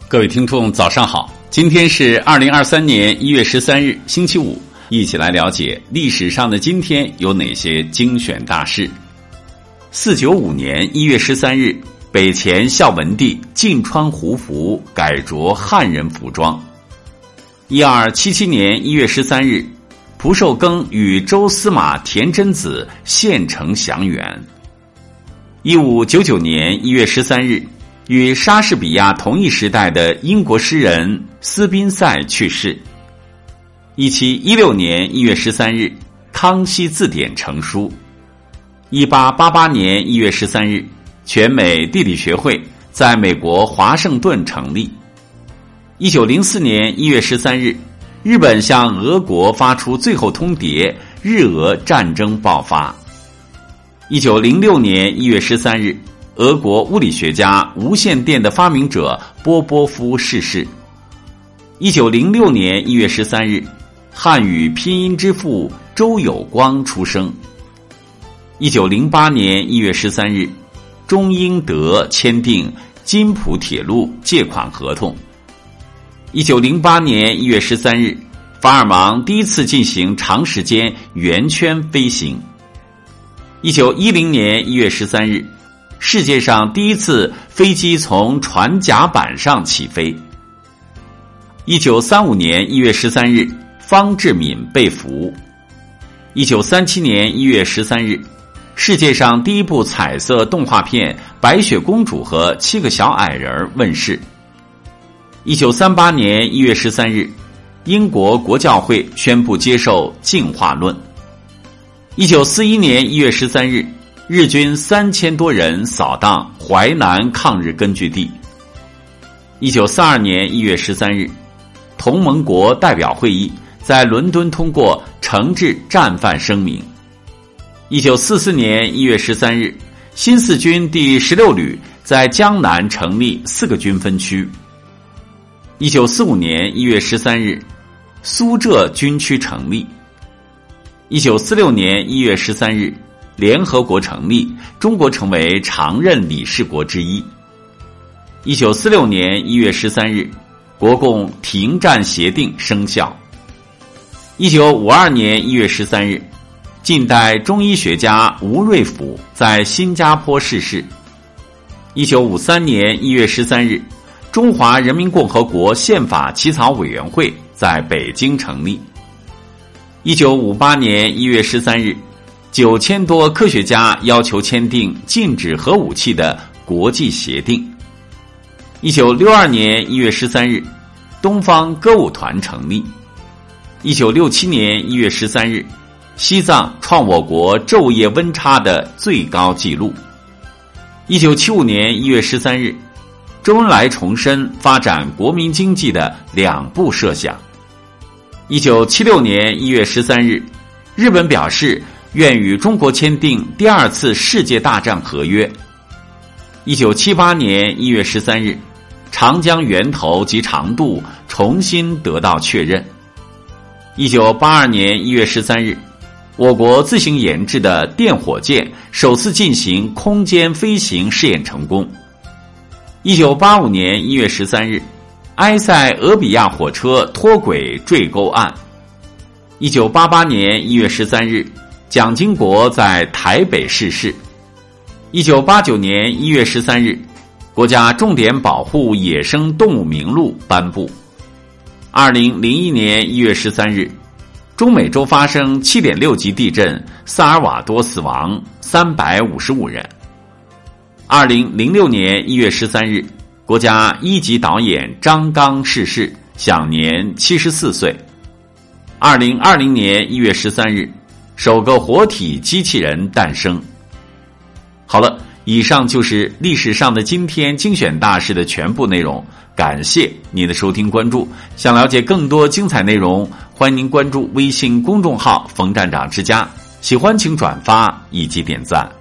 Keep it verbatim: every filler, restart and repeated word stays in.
各位听众早上好，今天是二零二三年一月十三日星期五，一起来了解历史上的今天有哪些精选大事。四九五年一月十三日，北前孝文帝禁穿胡服，改着汉人服装。一二七七年一月十三日，蒲寿庚与周司马田真子献城降元。一五九九年一月十三日，与莎士比亚同一时代的英国诗人斯宾塞去世。一七一六年一月十三日，康熙字典成书。一八八八年一月十三日，全美地理学会在美国华盛顿成立。一九零四年一月十三日，日本向俄国发出最后通牒，日俄战争爆发。一九零六年一月十三日，俄国物理学家无线电的发明者波波夫逝世。一九零六年一月十三日，汉语拼音之父周有光出生。一九零八年一月十三日，中英德签订津浦铁路借款合同。一九零八年一月十三日，法尔芒第一次进行长时间圆圈飞行。一九一零年一月十三日，世界上第一次飞机从船甲板上起飞。一九三五年一月十三日，方志敏被俘。一九三七年一月十三日，世界上第一部彩色动画片《白雪公主和七个小矮人》问世。一九三八年一月十三日，英国国教会宣布接受进化论。一九四一年一月十三日，日军三千多人扫荡淮南抗日根据地。一九四二年一月十三日，同盟国代表会议在伦敦通过惩治战犯声明。一九四四年一月十三日，新四军第十六旅在江南成立四个军分区。一九四五年一月十三日，苏浙军区成立。一九四六年一月十三日，联合国成立，中国成为常任理事国之一。一九四六年一月十三日，国共停战协定生效。一九五二年一月十三日，近代中医学家吴瑞甫在新加坡逝世。一九五三年一月十三日，中华人民共和国宪法起草委员会在北京成立。一九五八年一月十三日，九千多科学家要求签订禁止核武器的国际协定。一九六二年一月十三日，东方歌舞团成立。一九六七年一月十三日，西藏创我国昼夜温差的最高纪录。一九七五年一月十三日，周恩来重申发展国民经济的两步设想。一九七六年一月十三日，日本表示愿与中国签订第二次世界大战合约。一九七八年一月十三日，长江源头及长度重新得到确认。一九八二年一月十三日，我国自行研制的电火箭首次进行空间飞行试验成功。一九八五年一月十三日，埃塞俄比亚火车脱轨坠沟案。一九八八年一月十三日，蒋经国在台北逝世。一九八九年一月十三日，国家重点保护野生动物名录颁布。二零零一年一月十三日，中美洲发生 七点六 级地震，萨尔瓦多死亡三百五十五人。二零零六年一月十三日，国家一级导演张刚逝世，享年七十四岁。二零二零年一月十三日，首个活体机器人诞生。好了，以上就是历史上的今天精选大事的全部内容，感谢您的收听关注。想了解更多精彩内容，欢迎您关注微信公众号冯站长之家，喜欢请转发以及点赞。